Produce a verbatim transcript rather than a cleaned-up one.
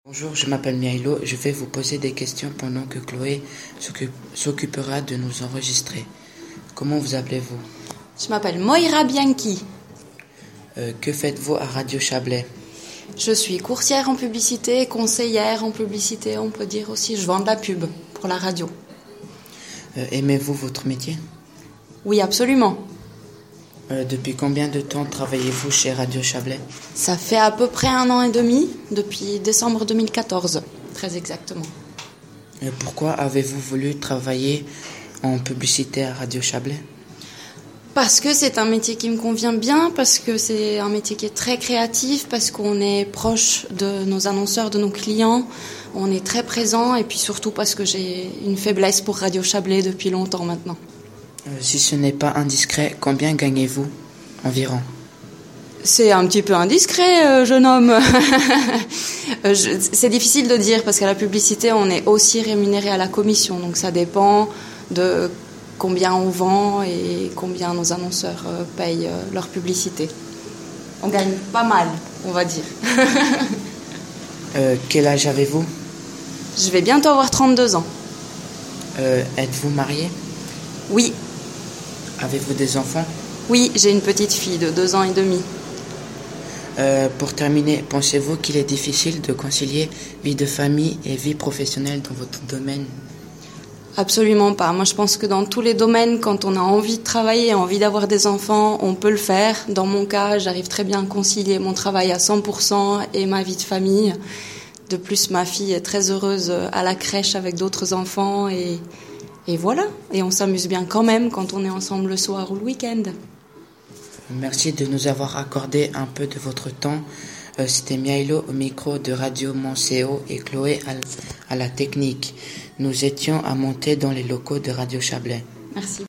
Bonjour, je m'appelle Miailo. Je vais vous poser des questions pendant que Chloé s'occupe- s'occupera de nous enregistrer. Comment vous appelez-vous? Je m'appelle Moira Bianchi. Euh, que faites-vous à Radio Chablais? Je suis coursière en publicité, conseillère en publicité, on peut dire aussi. Je vends de la pub pour la radio. Euh, aimez-vous votre métier? Oui, absolument. Euh, depuis combien de temps travaillez-vous chez Radio Chablais? Ça fait à peu près un an et demi, depuis décembre deux mille quatorze, très exactement. Euh, pourquoi avez-vous voulu travailler en publicité à Radio Chablais? Parce que c'est un métier qui me convient bien, parce que c'est un métier qui est très créatif, parce qu'on est proche de nos annonceurs, de nos clients, on est très présent, et puis surtout parce que j'ai une faiblesse pour Radio Chablais depuis longtemps maintenant. Euh, si ce n'est pas indiscret, combien gagnez-vous environ? C'est un petit peu indiscret, euh, jeune homme. Euh, je- c'est difficile de dire parce qu'à la publicité, on est aussi rémunéré à la commission. Donc ça dépend de combien on vend et combien nos annonceurs euh, payent euh, leur publicité. On gagne pas mal, on va dire. Euh, quel âge avez-vous? Je vais bientôt avoir trente-deux ans. Euh, êtes-vous marié? Oui, Avez-vous des enfants? oui, j'ai une petite fille de deux ans et demi. Euh, pour terminer, pensez-vous qu'il est difficile de concilier vie de famille et vie professionnelle dans votre domaine? Absolument pas. Moi, je pense que dans tous les domaines, quand on a envie de travailler, envie d'avoir des enfants, on peut le faire. Dans mon cas, j'arrive très bien à concilier mon travail à cent pour cent et ma vie de famille. De plus, ma fille est très heureuse à la crèche avec d'autres enfants et, et voilà. Et on s'amuse bien quand même quand on est ensemble le soir ou le week-end. Merci de nous avoir accordé un peu de votre temps. Euh, C'était Miailo au micro de Radio Moncéo et Chloé à, l- à la technique. Nous étions à monter dans les locaux de Radio Chablais. Merci.